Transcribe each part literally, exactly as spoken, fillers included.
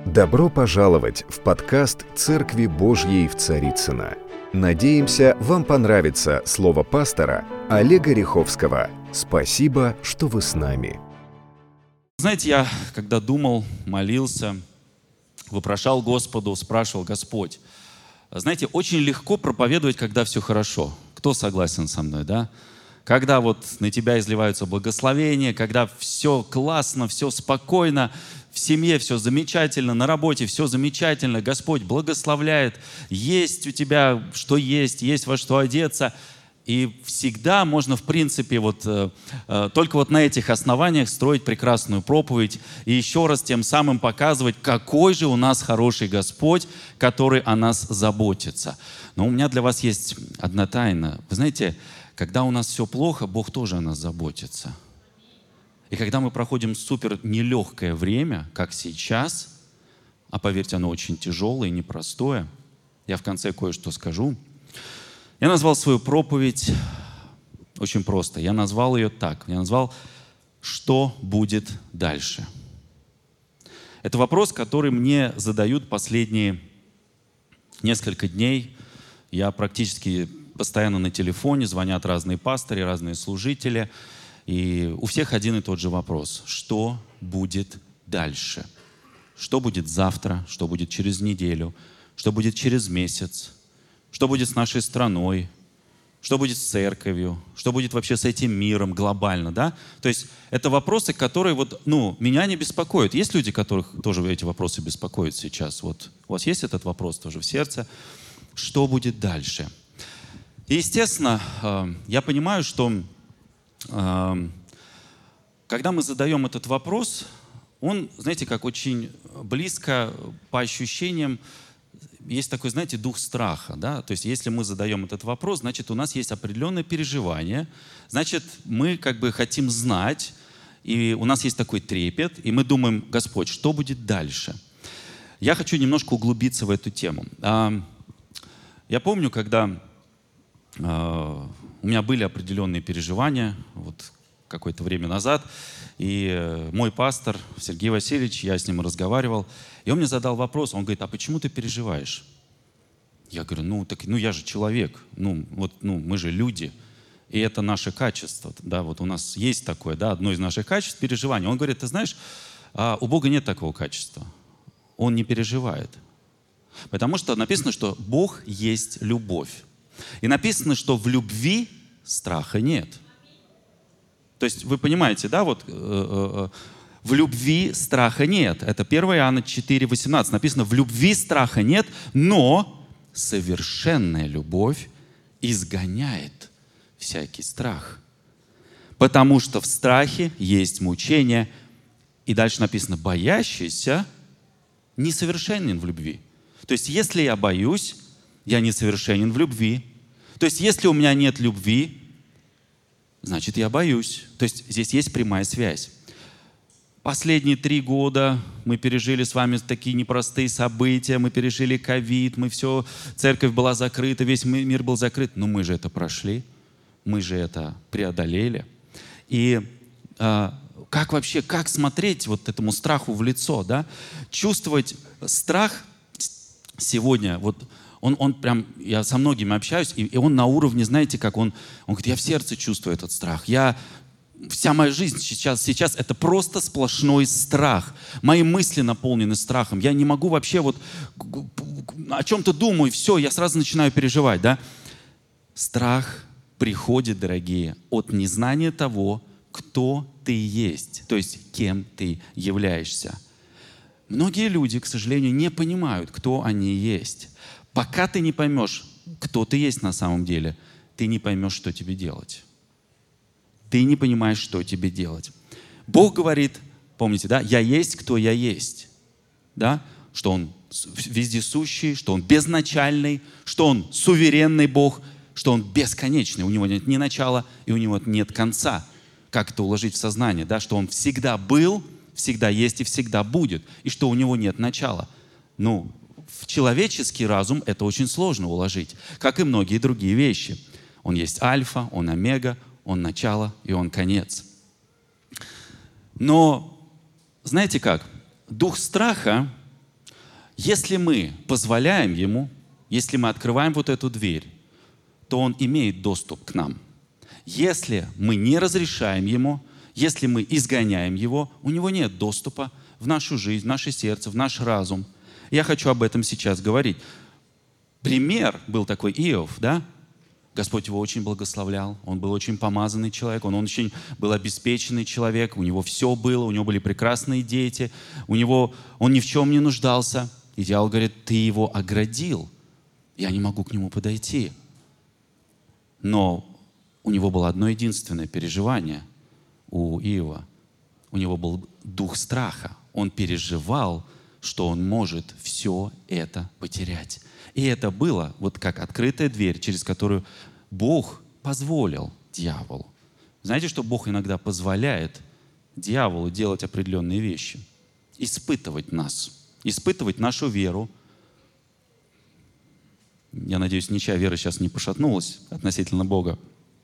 Добро пожаловать в подкаст «Церкви Божьей в Царицыно». Надеемся, вам понравится слово пастора Олега Риховского. Спасибо, что вы с нами. Знаете, я когда думал, молился, вопрошал Господу, спрашивал: Господь, знаете, очень легко проповедовать, когда все хорошо. Кто согласен со мной, да? Когда вот на тебя изливаются благословения, когда все классно, все спокойно, в семье все замечательно, на работе все замечательно, Господь благословляет, есть у тебя что есть, есть во что одеться. И всегда можно, в принципе, вот, э, э, только вот на этих основаниях строить прекрасную проповедь и еще раз тем самым показывать, какой же у нас хороший Господь, который о нас заботится. Но у меня для вас есть одна тайна. Вы знаете, когда у нас все плохо, Бог тоже о нас заботится. И когда мы проходим супер нелегкое время, как сейчас, а поверьте, оно очень тяжелое и непростое, я в конце кое-что скажу. Я назвал свою проповедь очень просто. Я назвал ее так. Я назвал «Что будет дальше?». Это вопрос, который мне задают последние несколько дней. Я практически постоянно на телефоне, звонят разные пастыри, разные служители. И у всех один и тот же вопрос. Что будет дальше? Что будет завтра? Что будет через неделю? Что будет через месяц? Что будет с нашей страной? Что будет с церковью? Что будет вообще с этим миром глобально, да? То есть это вопросы, которые вот, ну, меня не беспокоят. Есть люди, которых тоже эти вопросы беспокоят сейчас? Вот у вас есть этот вопрос тоже в сердце? Что будет дальше? И, естественно, я понимаю, что когда мы задаем этот вопрос, он, знаете, как очень близко по ощущениям, есть такой, знаете, дух страха, да, то есть если мы задаем этот вопрос, значит, у нас есть определенное переживание, значит, мы как бы хотим знать, и у нас есть такой трепет, и мы думаем: Господь, что будет дальше? Я хочу немножко углубиться в эту тему. Я помню, когда у меня были определенные переживания, вот какое-то время назад, и мой пастор Сергей Васильевич, я с ним разговаривал, и он мне задал вопрос, он говорит: а почему ты переживаешь? Я говорю: ну, так, ну я же человек, ну, вот, ну, мы же люди, и это наше качество, да, вот у нас есть такое, да, одно из наших качеств — переживание. Он говорит: ты знаешь, у Бога нет такого качества, Он не переживает, потому что написано, что Бог есть любовь. И написано, что в любви страха нет. То есть вы понимаете, да, вот э, э, в любви страха нет. Это первое Иоанна четыре восемнадцать. Написано: в любви страха нет, но совершенная любовь изгоняет всякий страх. Потому что в страхе есть мучение. И дальше написано: боящийся несовершенен в любви. То есть если я боюсь, я несовершенен в любви. То есть если у меня нет любви, значит, я боюсь. То есть здесь есть прямая связь. Последние три года мы пережили с вами такие непростые события. Мы пережили ковид, мы все, церковь была закрыта, весь мир был закрыт. Но мы же это прошли, мы же это преодолели. И а, как вообще, как смотреть вот этому страху в лицо, да? Чувствовать страх сегодня, вот Он, он прям, я со многими общаюсь, и, и он на уровне, знаете, как он, он говорит: я в сердце чувствую этот страх. Я, вся моя жизнь сейчас, сейчас это просто сплошной страх. Мои мысли наполнены страхом. Я не могу вообще вот о чем-то думаю, все, я сразу начинаю переживать, да? Страх приходит, дорогие, от незнания того, кто ты есть, то есть кем ты являешься. Многие люди, к сожалению, не понимают, кто они есть. Пока ты не поймешь, кто ты есть на самом деле, ты не поймешь, что тебе делать. Ты не понимаешь, что тебе делать. Бог говорит, помните, да, «Я есть, кто я есть». Да? Что Он вездесущий, что Он безначальный, что Он суверенный Бог, что Он бесконечный. У Него нет ни начала и у Него нет конца. Как это уложить в сознание? Да? Что Он всегда был, всегда есть и всегда будет. И что у Него нет начала. Ну, в человеческий разум это очень сложно уложить, как и многие другие вещи. Он есть альфа, Он омега, Он начало и Он конец. Но знаете как? Дух страха Если мы позволяем ему, если мы открываем вот эту дверь, то он имеет доступ к нам. Если мы не разрешаем ему, если мы изгоняем его, у него нет доступа в нашу жизнь, в наше сердце, в наш разум. Я хочу об этом сейчас говорить. Пример был такой Иов, да? Господь его очень благословлял, он был очень помазанный человек, он, он очень был обеспеченный человек, у него все было, у него были прекрасные дети, у него, он ни в чем не нуждался. И дьявол говорит: ты его оградил, я не могу к нему подойти. Но у него было одно единственное переживание у Иова. У него был дух страха. Он переживал, что он может все это потерять. И это было вот как открытая дверь, через которую Бог позволил дьяволу. Знаете, что Бог иногда позволяет дьяволу делать определенные вещи? Испытывать нас, испытывать нашу веру. Я надеюсь, ничья вера сейчас не пошатнулась относительно Бога.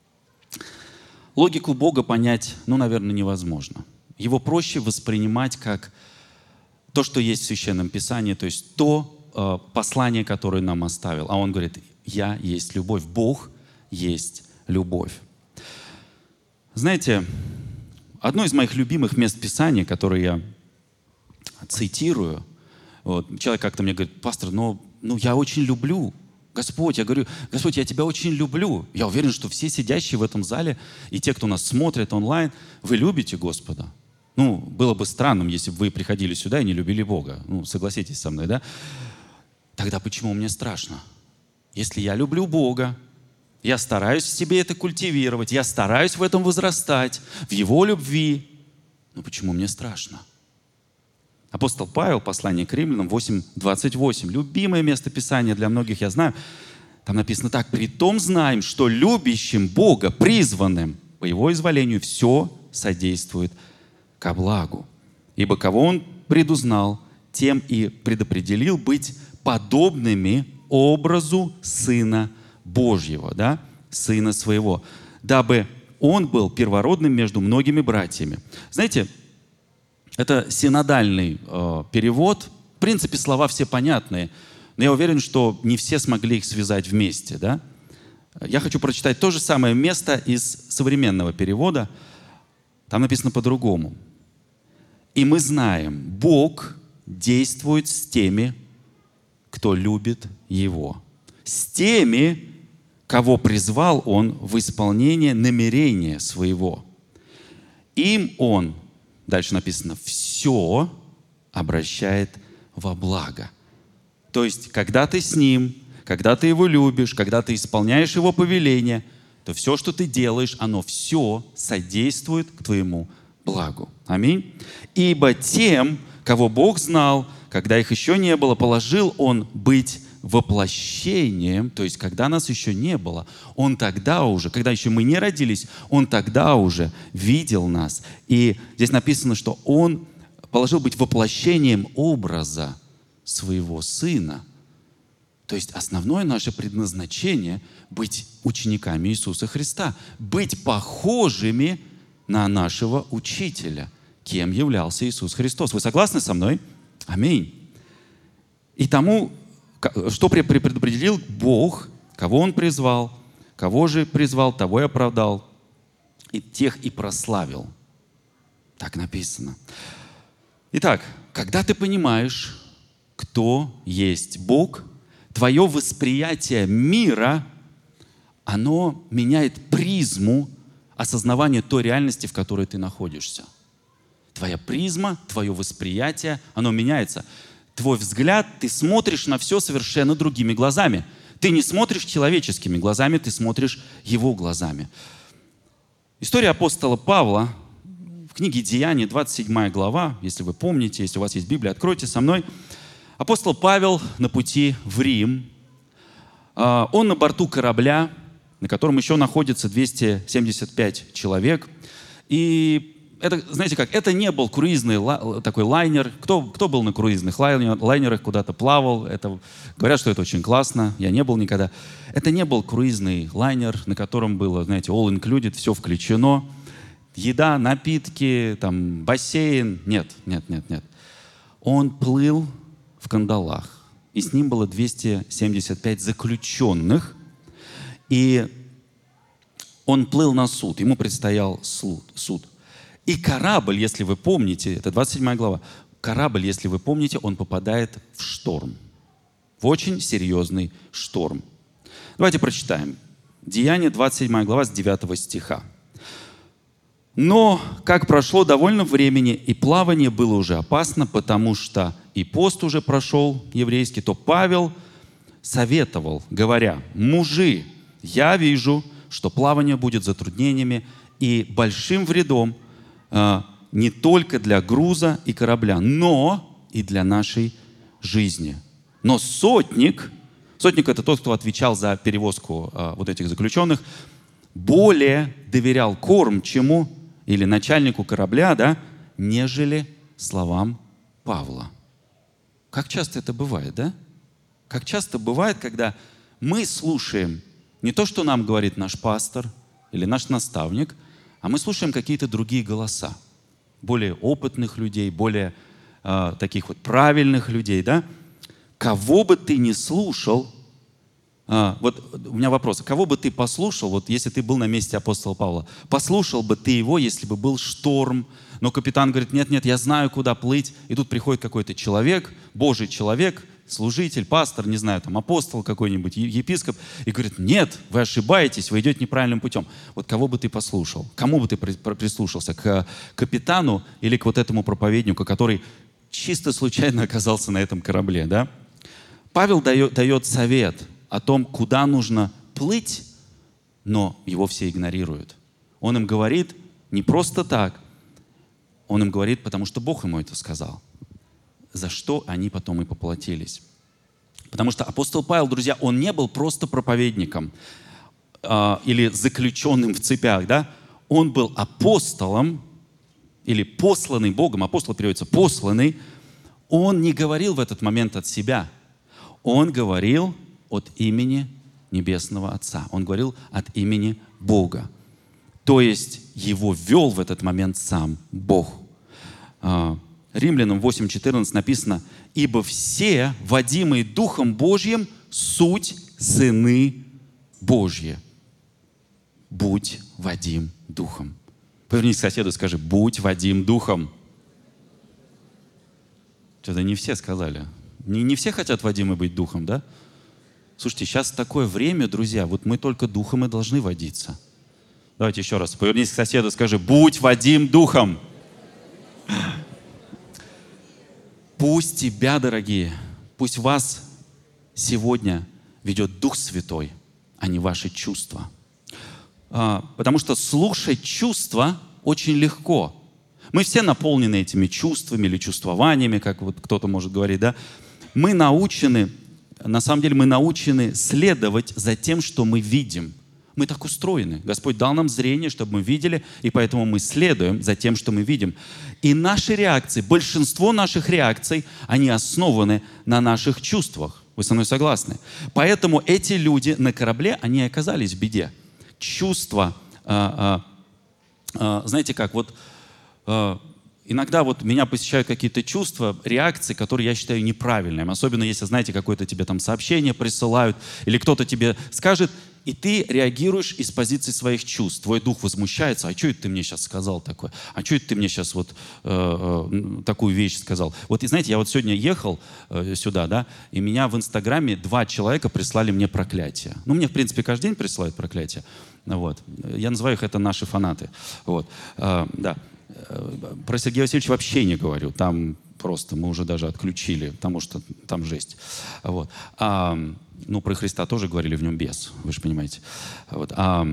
Логику Бога понять, ну, наверное, невозможно. Его проще воспринимать как то, что есть в Священном Писании, то есть то э, послание, которое нам оставил. А он говорит: я есть любовь, Бог есть любовь. Знаете, одно из моих любимых мест Писания, которое я цитирую, вот, человек как-то мне говорит: пастор, ну, ну я очень люблю Господь. Я говорю: Господь, я тебя очень люблю. Я уверен, что все сидящие в этом зале и те, кто нас смотрит онлайн, вы любите Господа. Ну, было бы странным, если бы вы приходили сюда и не любили Бога. Ну, согласитесь со мной, да? Тогда почему мне страшно? Если я люблю Бога, я стараюсь в себе это культивировать, я стараюсь в этом возрастать, в Его любви, но почему мне страшно? Апостол Павел, послание к Римлянам восемь двадцать восемь, любимое место Писания для многих, я знаю, там написано так: «Притом знаем, что любящим Бога, призванным по Его изволению, все содействует ко благу. Ибо кого Он предузнал, тем и предопределил быть подобными образу Сына Божьего», да? Сына Своего, дабы Он был первородным между многими братьями. Знаете, это синодальный э, перевод. В принципе, слова все понятные, но я уверен, что не все смогли их связать вместе, да? Я хочу прочитать то же самое место из современного перевода. Там написано по-другому. «И мы знаем, Бог действует с теми, кто любит Его, с теми, кого призвал Он в исполнение намерения Своего. Им Он», дальше написано, «все обращает во благо». То есть, когда ты с Ним, когда ты Его любишь, когда ты исполняешь Его повеление, то все, что ты делаешь, оно все содействует к твоему благу. Аминь. «Ибо тем, кого Бог знал, когда их еще не было, положил Он быть воплощением», то есть когда нас еще не было, Он тогда уже, когда еще мы не родились, Он тогда уже видел нас. И здесь написано, что Он положил быть воплощением образа Своего Сына. То есть основное наше предназначение — быть учениками Иисуса Христа, быть похожими на нашего Учителя, кем являлся Иисус Христос. Вы согласны со мной? Аминь. И тому, что предопределил Бог, кого Он призвал, кого же призвал, того и оправдал, и тех и прославил. Так написано. Итак, когда ты понимаешь, кто есть Бог, твое восприятие мира, оно меняет призму осознавания той реальности, в которой ты находишься. Твоя призма, твое восприятие, оно меняется. Твой взгляд, ты смотришь на все совершенно другими глазами. Ты не смотришь человеческими глазами, ты смотришь Его глазами. История апостола Павла в книге «Деяния», двадцать седьмая глава, если вы помните, если у вас есть Библия, откройте со мной. Апостол Павел на пути в Рим. Он на борту корабля, на котором еще находится двести семьдесят пять человек. И это, знаете как, это не был круизный такой лайнер. Кто, кто был на круизных лайнерах, куда-то плавал? Это, говорят, что это очень классно. Я не был никогда. Это не был круизный лайнер, на котором было, знаете, all included, все включено. Еда, напитки, там, бассейн. Нет, нет, нет, нет. Он плыл в кандалах. И с ним было двести семьдесят пять заключенных. И он плыл на суд. Ему предстоял суд. И корабль, если вы помните, это двадцать седьмая глава, корабль, если вы помните, он попадает в шторм. В очень серьезный шторм. Давайте прочитаем. Деяния, двадцать седьмая глава, с девятого стиха. «Но, как прошло довольно времени, и плавание было уже опасно, потому что и пост уже прошел еврейский, то Павел советовал, говоря: мужи, я вижу, что плавание будет затруднениями и большим вредом э, не только для груза и корабля, но и для нашей жизни. Но сотник, сотник — это тот, кто отвечал за перевозку э, вот этих заключенных, более доверял корм чему, или начальнику корабля, да, нежели словам Павла». Как часто это бывает, да? Как часто бывает, когда мы слушаем не то, что нам говорит наш пастор или наш наставник, а мы слушаем какие-то другие голоса, более опытных людей, более э, таких вот правильных людей, да? Кого бы ты ни слушал, э, вот у меня вопрос, кого бы ты послушал, вот если ты был на месте апостола Павла, послушал бы ты его, если бы был шторм, но капитан говорит: нет, нет, я знаю, куда плыть, и тут приходит какой-то человек, Божий человек, служитель, пастор, не знаю, там апостол какой-нибудь, епископ, и говорит: нет, вы ошибаетесь, вы идете неправильным путем. Вот кого бы ты послушал? Кому бы ты прислушался? К капитану или к вот этому проповеднику, который чисто случайно оказался на этом корабле, да? Павел дает, дает совет о том, куда нужно плыть, но его все игнорируют. Он им говорит не просто так, он им говорит, потому что Бог ему это сказал. За что они потом и поплатились. Потому что апостол Павел, друзья, он не был просто проповедником э, или заключенным в цепях, да? Он был апостолом или посланный Богом, апостол переводится посланный. Он не говорил в этот момент от себя. Он говорил от имени Небесного Отца. Он говорил от имени Бога. То есть его вел в этот момент сам Бог. Э, Римлянам восемь четырнадцать написано: «Ибо все, водимые Духом Божьим, суть сыны Божьи». Будь водим Духом. Повернись к соседу и скажи: будь водим Духом. Что-то не все сказали. Не, не все хотят водимы быть Духом, да? Слушайте, сейчас такое время, друзья, вот мы только Духом и должны водиться. Давайте еще раз. Повернись к соседу и скажи: будь водим Духом. Пусть тебя, дорогие, пусть вас сегодня ведет Дух Святой, а не ваши чувства. А, потому что слушать чувства очень легко. Мы все наполнены этими чувствами или чувствованиями, как вот кто-то может говорить, да? Мы научены, на самом деле мы научены следовать за тем, что мы видим. Мы так устроены. Господь дал нам зрение, чтобы мы видели, и поэтому мы следуем за тем, что мы видим. И наши реакции, большинство наших реакций, они основаны на наших чувствах. Вы со мной согласны? Поэтому эти люди на корабле, они оказались в беде. Чувства, а, а, а, знаете как, вот а, иногда вот меня посещают какие-то чувства, реакции, которые я считаю неправильными. Особенно если, знаете, какое-то тебе там сообщение присылают, или кто-то тебе скажет, и ты реагируешь из позиции своих чувств. Твой дух возмущается: а что это ты мне сейчас сказал такое? А что это ты мне сейчас вот э, э, такую вещь сказал? Вот и знаете, я вот сегодня ехал э, сюда, да, и меня в Инстаграме два человека прислали мне проклятие. Ну, мне, в принципе, каждый день присылают проклятие. Вот. Я называю их, это наши фанаты. Вот. Э, да. Про Сергея Васильевича вообще не говорю. Там просто мы уже даже отключили, потому что там жесть. Вот. А, ну, про Христа тоже говорили, в нем бес, вы же понимаете. Вот. А,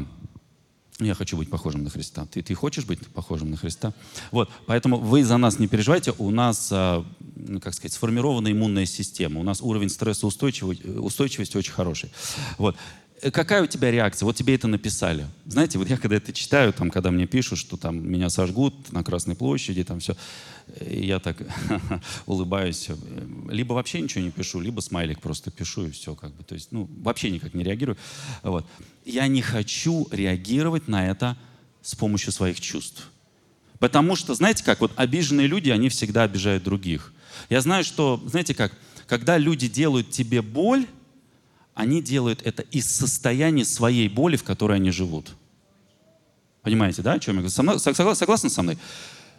я хочу быть похожим на Христа. Ты, ты хочешь быть похожим на Христа? Вот. Поэтому вы за нас не переживайте. У нас, а, как сказать, сформирована иммунная система. У нас уровень стрессоустойчивости очень хороший. Вот. Какая у тебя реакция? Вот тебе это написали. Знаете, вот я когда это читаю, там, когда мне пишут, что там меня сожгут на Красной площади, там все, я так улыбаюсь. Либо вообще ничего не пишу, либо смайлик просто пишу и все, как бы. То есть, ну, вообще никак не реагирую. Вот. Я не хочу реагировать на это с помощью своих чувств. Потому что, знаете как, вот обиженные люди, они всегда обижают других. Я знаю, что, знаете как, когда люди делают тебе боль, они делают это из состояния своей боли, в которой они живут. Понимаете, да, о чем я говорю? Согласны, согласны со мной?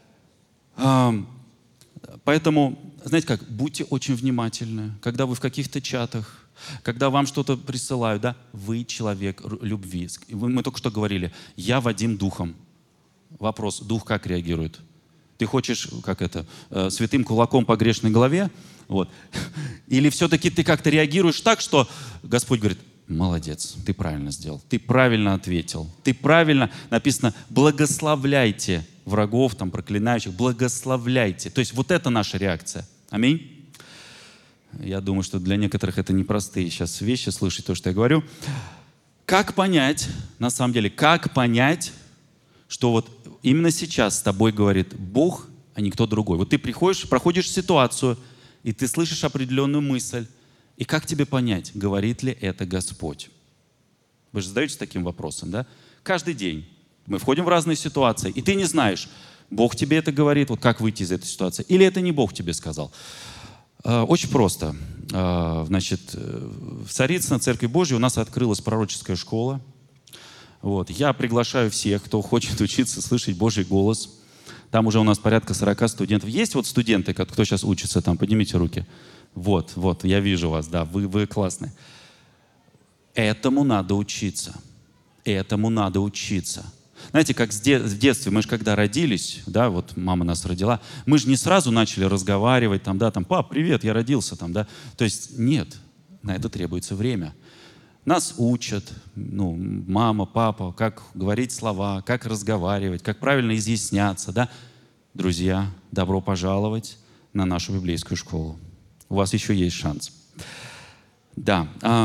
Поэтому, знаете как, будьте очень внимательны, когда вы в каких-то чатах, когда вам что-то присылают, да, вы человек любви. Мы только что говорили, я Вадим духом. Вопрос, дух как реагирует? Ты хочешь, как это, святым кулаком по грешной голове? Вот. Или все-таки ты как-то реагируешь так, что Господь говорит, молодец, ты правильно сделал, ты правильно ответил, ты правильно, написано, благословляйте врагов, там, проклинающих, благословляйте. То есть вот это наша реакция. Аминь. Я думаю, что для некоторых это непростые сейчас вещи, слышать то, что я говорю. Как понять, на самом деле, как понять, что вот именно сейчас с тобой говорит Бог, а не кто другой? Вот ты приходишь, проходишь ситуацию, и ты слышишь определенную мысль, и как тебе понять, говорит ли это Господь? Вы же задаетесь таким вопросом, да? Каждый день мы входим в разные ситуации, и ты не знаешь, Бог тебе это говорит, вот как выйти из этой ситуации, или это не Бог тебе сказал. Очень просто. Значит, в Царицыно, Церкви Божьей, у нас открылась пророческая школа. Вот. Я приглашаю всех, кто хочет учиться слышать Божий голос. Там уже у нас порядка сорока студентов. Есть вот студенты, кто сейчас учится там? Поднимите руки. Вот, вот, я вижу вас, да, вы, вы классные. Этому надо учиться. Этому надо учиться. Знаете, как в детстве, мы же когда родились, да, вот мама нас родила, мы же не сразу начали разговаривать, там, да, там, пап, привет, я родился, там, да. То есть нет, на это требуется время. Нас учат, ну, мама, папа, как говорить слова, как разговаривать, как правильно изъясняться, да. Друзья, добро пожаловать на нашу библейскую школу. У вас еще есть шанс. Да.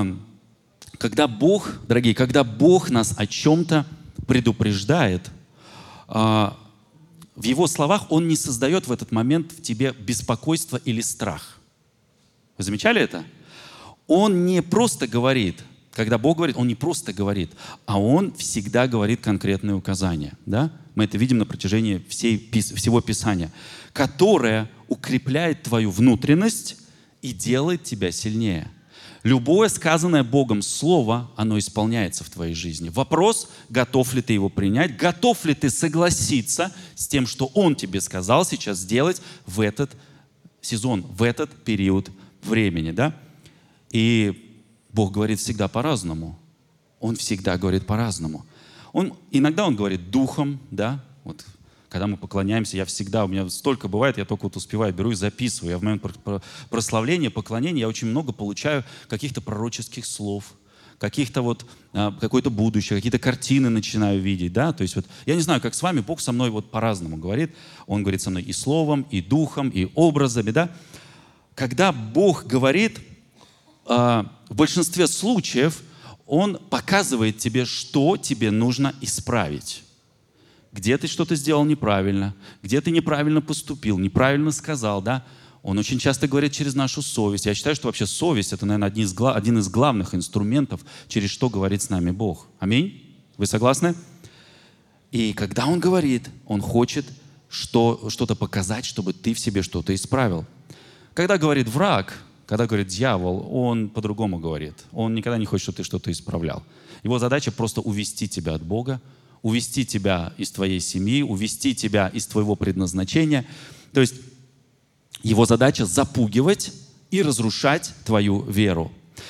Когда Бог, дорогие, когда Бог нас о чем-то предупреждает, в Его словах Он не создает в этот момент в тебе беспокойство или страх. Вы замечали это? Он не просто говорит, когда Бог говорит, Он не просто говорит, а Он всегда говорит конкретные указания. Да? Мы это видим на протяжении всей, всего Писания, которое укрепляет твою внутренность и делает тебя сильнее. Любое сказанное Богом слово, оно исполняется в твоей жизни. Вопрос, готов ли ты его принять, готов ли ты согласиться с тем, что Он тебе сказал сейчас сделать в этот сезон, в этот период времени. Да? И Бог говорит всегда по-разному. Он всегда говорит по-разному. Он, иногда Он говорит духом, да, вот, когда мы поклоняемся, я всегда, у меня столько бывает, я только вот успеваю, беру и записываю. Я в момент прославления, поклонения, я очень много получаю каких-то пророческих слов, каких-то вот, какое-то будущее, какие-то картины начинаю видеть, да, то есть вот, я не знаю, как с вами, Бог со мной вот по-разному говорит. Он говорит со мной и словом, и духом, и образами, да. Когда Бог говорит, в большинстве случаев Он показывает тебе, что тебе нужно исправить. Где ты что-то сделал неправильно, где ты неправильно поступил, неправильно сказал, да? Он очень часто говорит через нашу совесть. Я считаю, что вообще совесть — это, наверное, один из, глав, один из главных инструментов, через что говорит с нами Бог. Аминь? Вы согласны? И когда Он говорит, Он хочет что, что-то показать, чтобы ты в себе что-то исправил. Когда говорит враг, когда говорит дьявол, он по-другому говорит. Он никогда не хочет, чтобы ты что-то исправлял. Его задача просто увести тебя от Бога, увести тебя из твоей семьи, увести тебя из твоего предназначения. То есть его задача запугивать и разрушать твою веру.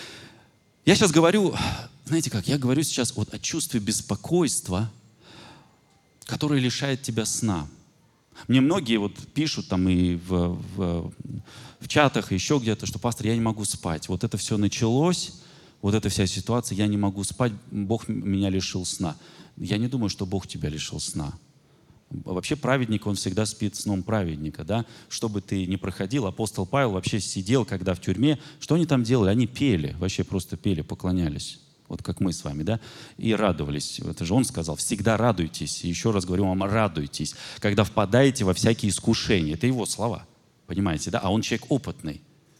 Я сейчас говорю, знаете как, я говорю сейчас вот о чувстве беспокойства, которое лишает тебя сна. Мне многие вот пишут там и в, в, в чатах, и еще где-то, что, пастор, я не могу спать. Вот это все началось, вот эта вся ситуация, я не могу спать, Бог меня лишил сна. Я не думаю, что Бог тебя лишил сна. Вообще праведник, он всегда спит сном праведника. Да? Что бы ты ни проходил, апостол Павел вообще сидел, когда в тюрьме. Что они там делали? Они пели, вообще просто пели, поклонялись. Вот как мы с вами, да? И радовались. Это же он сказал, всегда радуйтесь. И еще раз говорю вам, радуйтесь, когда впадаете во всякие искушения. Это его слова, понимаете, да? А он человек опытный.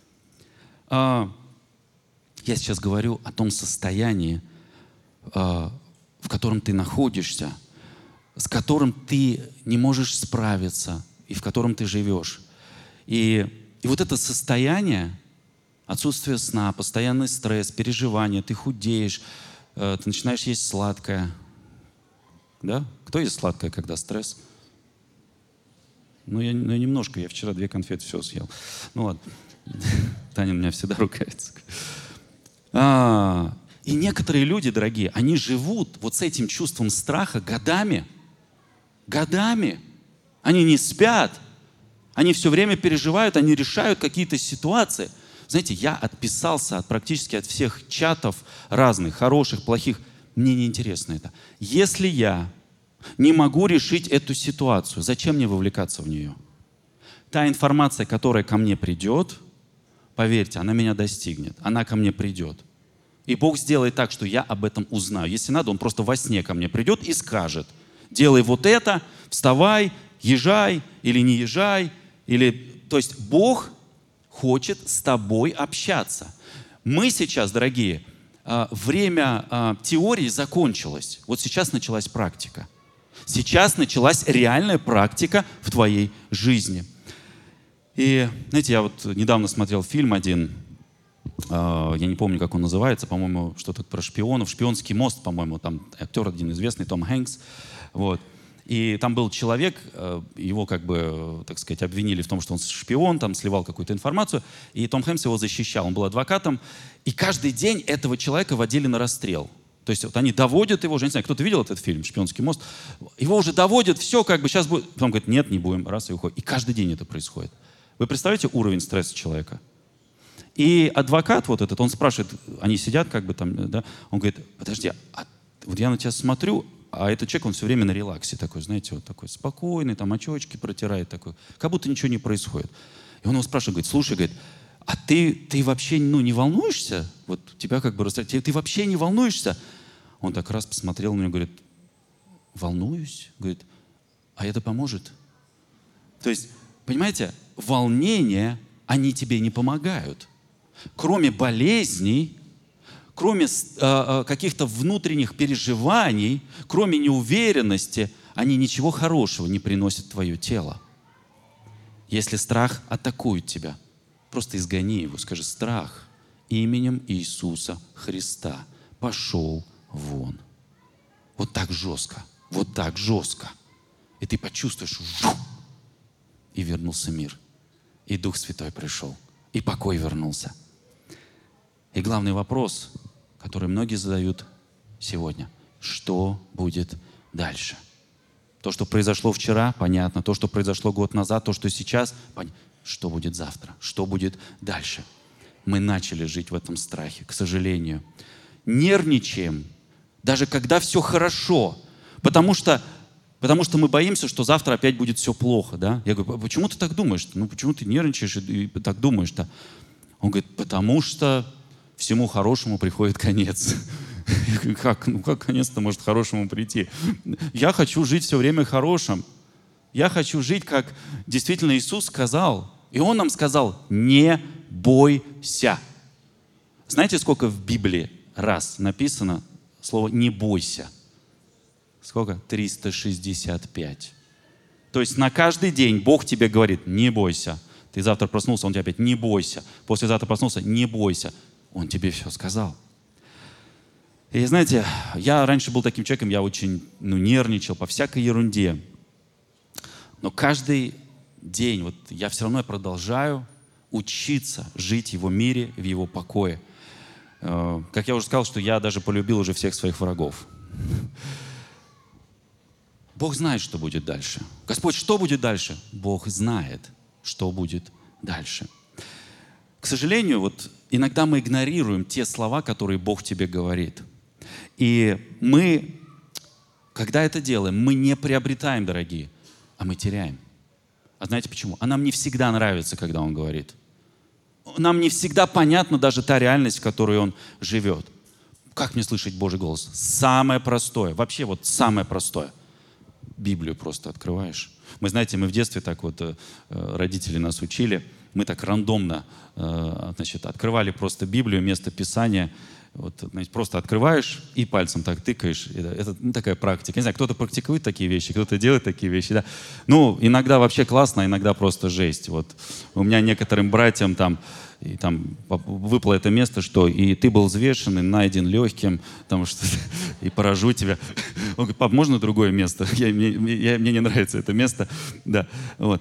А, я сейчас говорю о том состоянии, а, в котором ты находишься, с которым ты не можешь справиться, и в котором ты живешь. И, и вот это состояние, Отсутствие сна, постоянный стресс, переживания, ты худеешь, э, ты начинаешь есть сладкое. Да? Кто ест сладкое, когда стресс? Ну, я, ну, я немножко, я вчера две конфеты все съел. Ну ладно. Таня у меня всегда ругается. А, и некоторые люди, дорогие, они живут вот с этим чувством страха годами. Годами. Они не спят. Они все время переживают, они решают какие-то ситуации. Знаете, я отписался от, практически от всех чатов разных, хороших, плохих. Мне неинтересно это. Если я не могу решить эту ситуацию, зачем мне вовлекаться в нее? Та информация, которая ко мне придет, поверьте, она меня достигнет, она ко мне придет. И Бог сделает так, что я об этом узнаю. Если надо, Он просто во сне ко мне придет и скажет: делай вот это, вставай, езжай или не езжай. Или... То есть Бог хочет с тобой общаться. Мы сейчас, дорогие, время теории закончилось. Вот сейчас началась практика. Сейчас началась реальная практика в твоей жизни. И, знаете, я вот недавно смотрел фильм один, я не помню, как он называется, по-моему, что-то про шпионов, «Шпионский мост», по-моему, там актер один известный, Том Хэнкс. Вот. И там был человек, его как бы, так сказать, обвинили в том, что он шпион, там сливал какую-то информацию, и Том Хэнкс его защищал, он был адвокатом, и каждый день этого человека водили на расстрел. То есть вот они доводят его, уже не знаю, кто-то видел этот фильм «Шпионский мост», его уже доводят, все как бы сейчас будет, потом говорит: нет, не будем, раз, и уходит. И каждый день это происходит. Вы представляете уровень стресса человека? И адвокат вот этот, он спрашивает, они сидят как бы там, да, он говорит: подожди, а вот я на тебя смотрю, а этот человек, он все время на релаксе такой, знаете, вот такой спокойный, там очечки протирает такой, как будто ничего не происходит. И он его спрашивает, говорит: слушай, говорит, а ты, ты вообще, ну, не волнуешься? Вот тебя как бы расстраивает. Ты, ты вообще не волнуешься? Он так раз посмотрел на меня, говорит: волнуюсь? Говорит: а это поможет? То есть, понимаете, волнения, они тебе не помогают. Кроме болезней, кроме э, каких-то внутренних переживаний, кроме неуверенности, они ничего хорошего не приносят в твое тело. Если страх атакует тебя, просто изгони его, скажи: страх именем Иисуса Христа пошел вон. Вот так жестко, вот так жестко. И ты почувствуешь, и вернулся мир. И Дух Святой пришел, и покой вернулся. И главный вопрос, который многие задают сегодня: что будет дальше? То, что произошло вчера, понятно. То, что произошло год назад, то, что сейчас, понятно. Что будет завтра? Что будет дальше? Мы начали жить в этом страхе, к сожалению. Нервничаем, даже когда все хорошо, потому что, потому что мы боимся, что завтра опять будет все плохо. Да? Я говорю: почему ты так думаешь? Ну, почему ты нервничаешь и так думаешь-то? Он говорит: потому что всему хорошему приходит конец. Я говорю: как? Ну как конец-то может к хорошему прийти? Я хочу жить все время хорошим. Я хочу жить, как действительно Иисус сказал. И Он нам сказал: не бойся. Знаете, сколько в Библии раз написано слово «не бойся»? Сколько? триста шестьдесят пять. То есть на каждый день Бог тебе говорит: не бойся. Ты завтра проснулся, Он тебе опять: не бойся. Послезавтра проснулся: не бойся. Он тебе все сказал. И знаете, я раньше был таким человеком, я очень ну, нервничал по всякой ерунде. Но каждый день вот, я все равно продолжаю учиться жить в Его мире, в Его покое. Как я уже сказал, что я даже полюбил уже всех своих врагов. Бог знает, что будет дальше. Господь, что будет дальше? Бог знает, что будет дальше. К сожалению, вот иногда мы игнорируем те слова, которые Бог тебе говорит. И мы, когда это делаем, мы не приобретаем, дорогие, а мы теряем. А знаете почему? А нам не всегда нравится, когда Он говорит. Нам не всегда понятна даже та реальность, в которой Он живет. Как мне слышать Божий голос? Самое простое, вообще вот самое простое. Библию просто открываешь. Мы, знаете, мы в детстве так вот, родители нас учили, мы так рандомно, значит, открывали просто Библию, место Писания. Вот, значит, просто открываешь и пальцем так тыкаешь. Это ну, такая практика. Не знаю, кто-то практикует такие вещи, кто-то делает такие вещи. Да? Ну, иногда вообще классно, а иногда просто жесть. Вот. У меня некоторым братьям там, и там выпало это место, что и ты был взвешен, и найден легким, там что и поражу тебя. Он говорит: пап, можно другое место? Я, мне, я, мне не нравится это место. Да, вот.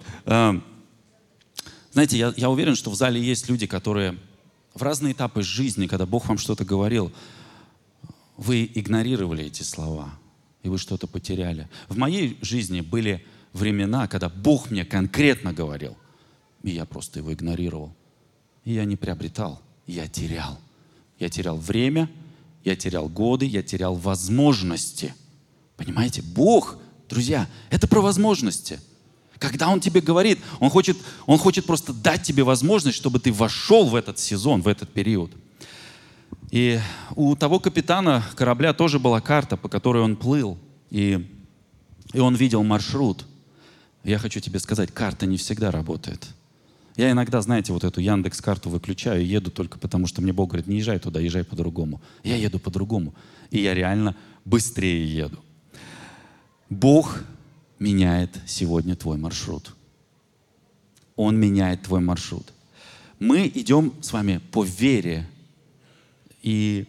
Знаете, я, я уверен, что в зале есть люди, которые в разные этапы жизни, когда Бог вам что-то говорил, вы игнорировали эти слова, и вы что-то потеряли. В моей жизни были времена, когда Бог мне конкретно говорил, и я просто его игнорировал. И я не приобретал, я терял. Я терял время, я терял годы, я терял возможности. Понимаете, Бог, друзья, это про возможности. Когда Он тебе говорит, Он хочет, Он хочет просто дать тебе возможность, чтобы ты вошел в этот сезон, в этот период. И у того капитана корабля тоже была карта, по которой он плыл. И, и он видел маршрут. Я хочу тебе сказать, карта не всегда работает. Я иногда, знаете, вот эту Яндекс.Карту выключаю и еду только потому, что мне Бог говорит: не езжай туда, езжай по-другому. Я еду по-другому. И я реально быстрее еду. Бог меняет сегодня твой маршрут. Он меняет твой маршрут. Мы идем с вами по вере. И,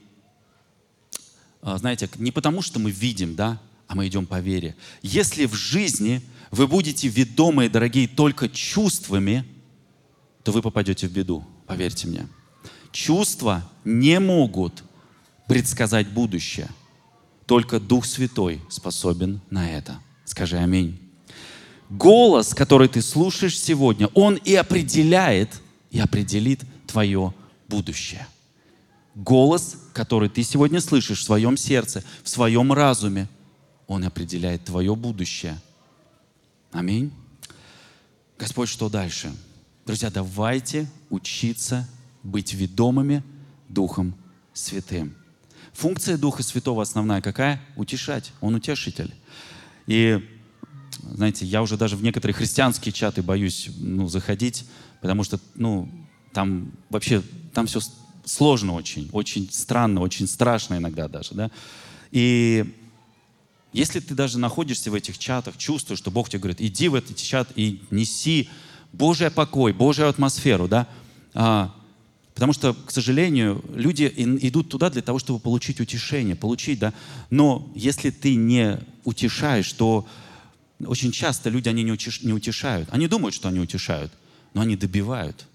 знаете, не потому, что мы видим, да, а мы идем по вере. Если в жизни вы будете ведомые, дорогие, только чувствами, то вы попадете в беду, поверьте мне. Чувства не могут предсказать будущее. Только Дух Святой способен на это. Скажи аминь. Голос, который ты слушаешь сегодня, он и определяет, и определит твое будущее. Голос, который ты сегодня слышишь в своем сердце, в своем разуме, он определяет твое будущее. Аминь. Господь, что дальше? Друзья, давайте учиться быть ведомыми Духом Святым. Функция Духа Святого основная какая? Утешать. Он утешитель. И, знаете, я уже даже в некоторые христианские чаты боюсь ну, заходить, потому что ну, там вообще там все сложно очень, очень странно, очень страшно иногда даже. Да? И если ты даже находишься в этих чатах, чувствуешь, что Бог тебе говорит: иди в этот чат и неси Божий покой, Божью атмосферу, да? А, потому что, к сожалению, люди идут туда для того, чтобы получить утешение, получить, да? Но если ты не утешаешь, то очень часто люди, они не, утеш... не утешают. Они думают, что они утешают, но они добивают.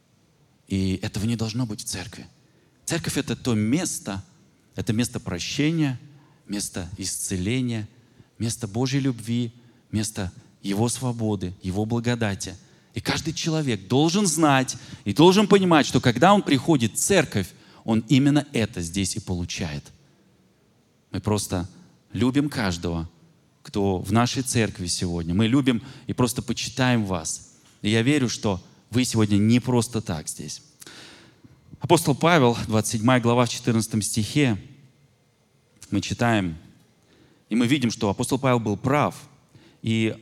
И этого не должно быть в церкви. Церковь — это то место, это место прощения, место исцеления, место Божьей любви, место Его свободы, Его благодати. И каждый человек должен знать и должен понимать, что когда он приходит в церковь, он именно это здесь и получает. Мы просто любим каждого, кто в нашей церкви сегодня. Мы любим и просто почитаем вас. И я верю, что вы сегодня не просто так здесь. Апостол Павел, двадцать седьмая глава, в четырнадцатом стихе, мы читаем, и мы видим, что апостол Павел был прав. И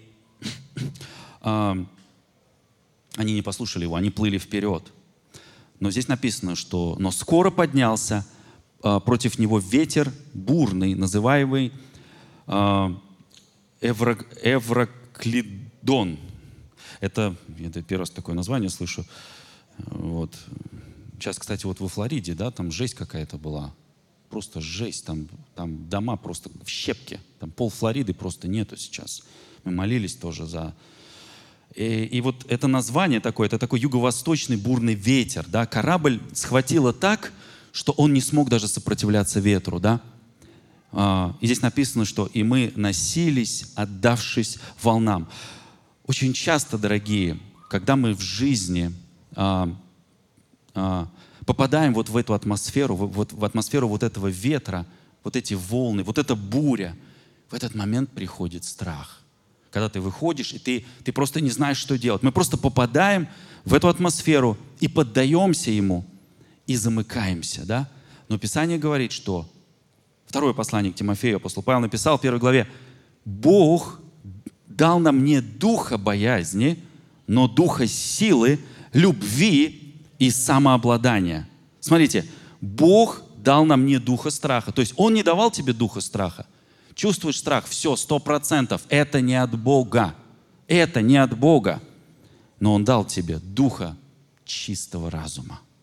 э, они не послушали его, они плыли вперед. Но здесь написано, что «но скоро поднялся э, против него ветер бурный, называемый э, Эврок, Эвроклидон». Это, это первый раз такое название слышу. Вот. Сейчас, кстати, вот во Флориде, да, там жесть какая-то была. Просто жесть. Там, там дома просто в щепки. Там пол Флориды просто нету сейчас. Мы молились тоже за... И, и вот это название такое, это такой юго-восточный бурный ветер. Да? Корабль схватило так, что он не смог даже сопротивляться ветру. Да? А, и здесь написано, что «и мы носились, отдавшись волнам». Очень часто, дорогие, когда мы в жизни а, а, попадаем вот в эту атмосферу, в, вот, в атмосферу вот этого ветра, вот эти волны, вот эта буря, в этот момент приходит страх. Когда ты выходишь, и ты, ты просто не знаешь, что делать. Мы просто попадаем в эту атмосферу и поддаемся ему, и замыкаемся. Да? Но Писание говорит, что второе послание к Тимофею апостол Павел написал в первой главе: «Бог дал нам не духа боязни, но духа силы, любви и самообладания». Смотрите, Бог дал нам не духа страха. То есть Он не давал тебе духа страха. Чувствуешь страх, все, сто процентов. Это не от Бога. Это не от Бога. Но Он дал тебе духа чистого разума.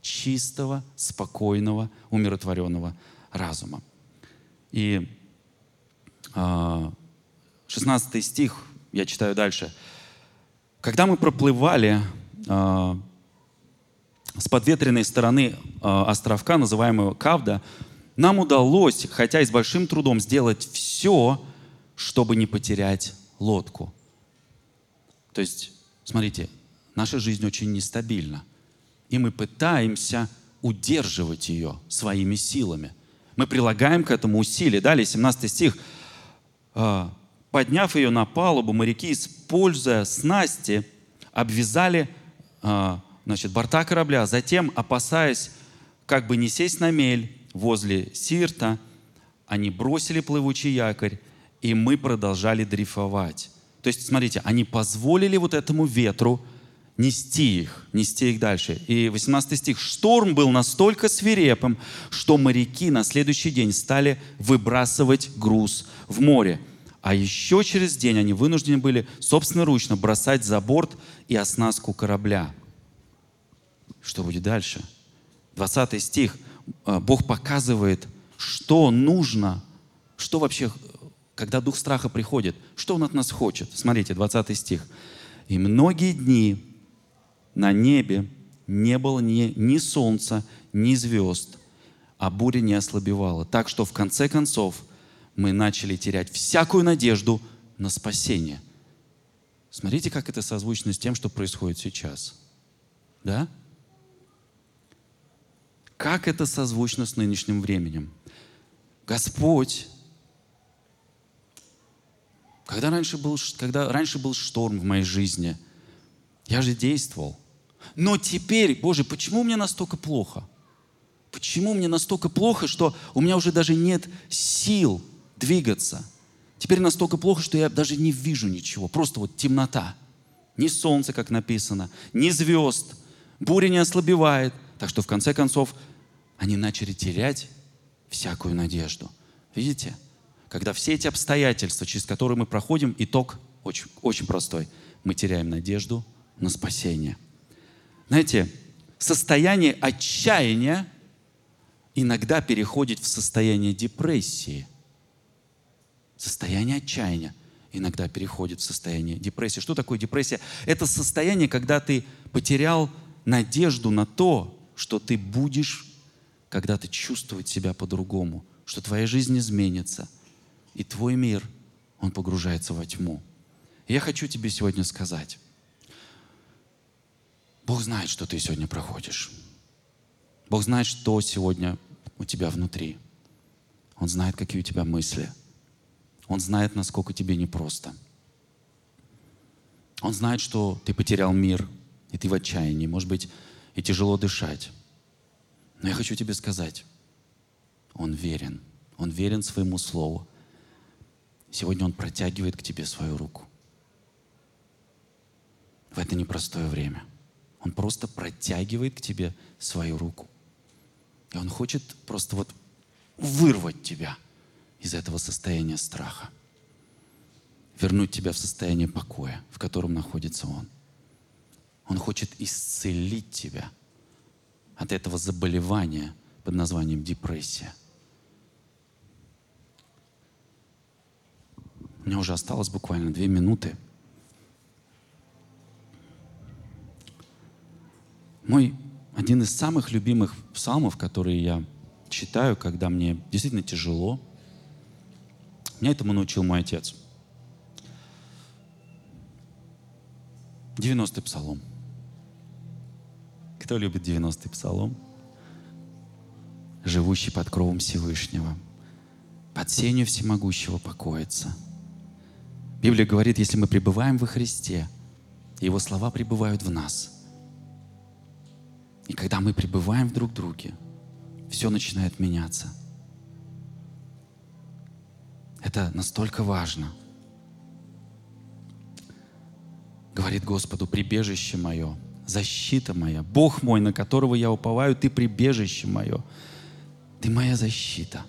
чистого, спокойного, умиротворенного разума. И шестнадцатый стих, я читаю дальше. «Когда мы проплывали э, с подветренной стороны э, островка, называемого Кавда, нам удалось, хотя и с большим трудом, сделать все, чтобы не потерять лодку». То есть, смотрите, наша жизнь очень нестабильна, и мы пытаемся удерживать ее своими силами. Мы прилагаем к этому усилия. Далее, семнадцатый стих. «Подняв ее на палубу, моряки, используя снасти, обвязали значит, борта корабля. Затем, опасаясь как бы не сесть на мель возле Сирта, они бросили плывучий якорь, и мы продолжали дрейфовать». То есть, смотрите, они позволили вот этому ветру нести их, нести их дальше. И восемнадцатый стих. «Шторм был настолько свирепым, что моряки на следующий день стали выбрасывать груз в море. А еще через день они вынуждены были собственноручно бросать за борт и оснастку корабля». Что будет дальше? двадцатый стих. Бог показывает, что нужно, что вообще, когда дух страха приходит, что Он от нас хочет. Смотрите, двадцатый стих. «И многие дни на небе не было ни, ни солнца, ни звезд, а буря не ослабевала. Так что в конце концов мы начали терять всякую надежду на спасение». Смотрите, как это созвучно с тем, что происходит сейчас. Да? Как это созвучно с нынешним временем? Господь, когда раньше был, когда раньше был шторм в моей жизни, я же действовал. Но теперь, Боже, почему мне настолько плохо? Почему мне настолько плохо, что у меня уже даже нет сил двигаться? Теперь настолько плохо, что я даже не вижу ничего. Просто вот темнота. Ни солнца, как написано, ни звезд. Буря не ослабевает. Так что в конце концов они начали терять всякую надежду. Видите? Когда все эти обстоятельства, через которые мы проходим, итог очень, очень простой. Мы теряем надежду на спасение. Знаете, состояние отчаяния иногда переходит в состояние депрессии. Состояние отчаяния иногда переходит в состояние депрессии. Что такое депрессия? Это состояние, когда ты потерял надежду на то, что ты будешь когда-то чувствовать себя по-другому, что твоя жизнь изменится, и твой мир, он погружается во тьму. И я хочу тебе сегодня сказать, Бог знает, что ты сегодня проходишь. Бог знает, что сегодня у тебя внутри. Он знает, какие у тебя мысли. Он знает, насколько тебе непросто. Он знает, что ты потерял мир, и ты в отчаянии, может быть, и тяжело дышать. Но я хочу тебе сказать, Он верен. Он верен своему слову. Сегодня Он протягивает к тебе свою руку. В это непростое время. Он просто протягивает к тебе свою руку. И Он хочет просто вот вырвать тебя из этого состояния страха. Вернуть тебя в состояние покоя, в котором находится Он. Он хочет исцелить тебя от этого заболевания под названием депрессия. У меня уже осталось буквально две минуты. Мой один из самых любимых псалмов, которые я читаю, когда мне действительно тяжело, меня этому научил мой отец. девяностый псалом. Кто любит девяностый псалом? «Живущий под кровом Всевышнего, под сенью всемогущего покоится». Библия говорит, если мы пребываем во Христе, Его слова пребывают в нас. И когда мы пребываем друг в друге, все начинает меняться. Это настолько важно. Говорит Господу: прибежище мое, защита моя, Бог мой, на которого я уповаю, Ты прибежище мое, Ты моя защита.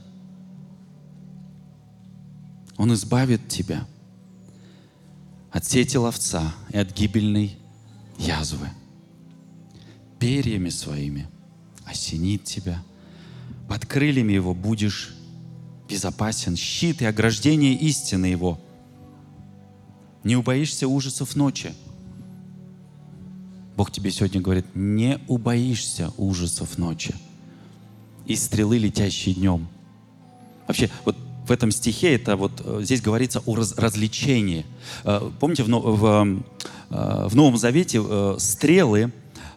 Он избавит тебя от сети ловца и от гибельной язвы. Перьями своими осенит тебя. Под крыльями Его будешь безопасен. Щит и ограждение истины Его. Не убоишься ужасов ночи. Бог тебе сегодня говорит, не убоишься ужасов ночи и стрелы, летящие днем. Вообще, вот в этом стихе, это вот здесь говорится о раз, развлечении. Помните, в, в, в Новом Завете стрелы,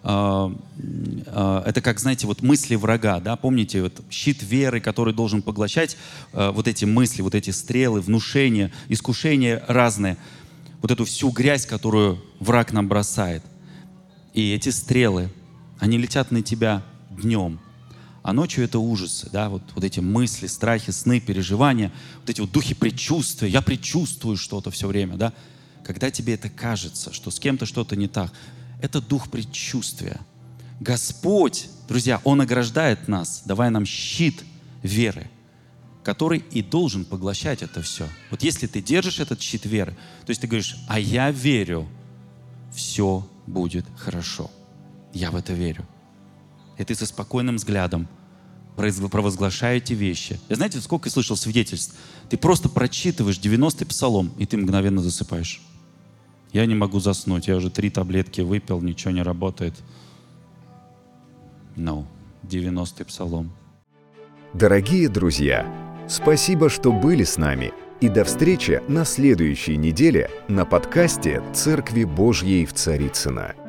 это как, знаете, вот мысли врага, да? Помните, вот щит веры, который должен поглощать вот эти мысли, вот эти стрелы, внушения, искушения разные, вот эту всю грязь, которую враг нам бросает. И эти стрелы, они летят на тебя днем, а ночью это ужасы, да, вот, вот эти мысли, страхи, сны, переживания, вот эти вот духи предчувствия, я предчувствую что-то все время, да. Когда тебе это кажется, что с кем-то что-то не так, это дух предчувствия. Господь, друзья, Он ограждает нас, давая нам щит веры, который и должен поглощать это все. Вот если ты держишь этот щит веры, то есть ты говоришь, а я верю, все будет хорошо. Я в это верю. И ты со спокойным взглядом провозглашаешь эти вещи. Я знаете, сколько я слышал свидетельств? Ты просто прочитываешь девяностый псалом, и ты мгновенно засыпаешь. Я не могу заснуть. Я уже три таблетки выпил, ничего не работает. No. девяностый псалом. Дорогие друзья, спасибо, что были с нами. И до встречи на следующей неделе на подкасте «Церкви Божьей в Царицыно».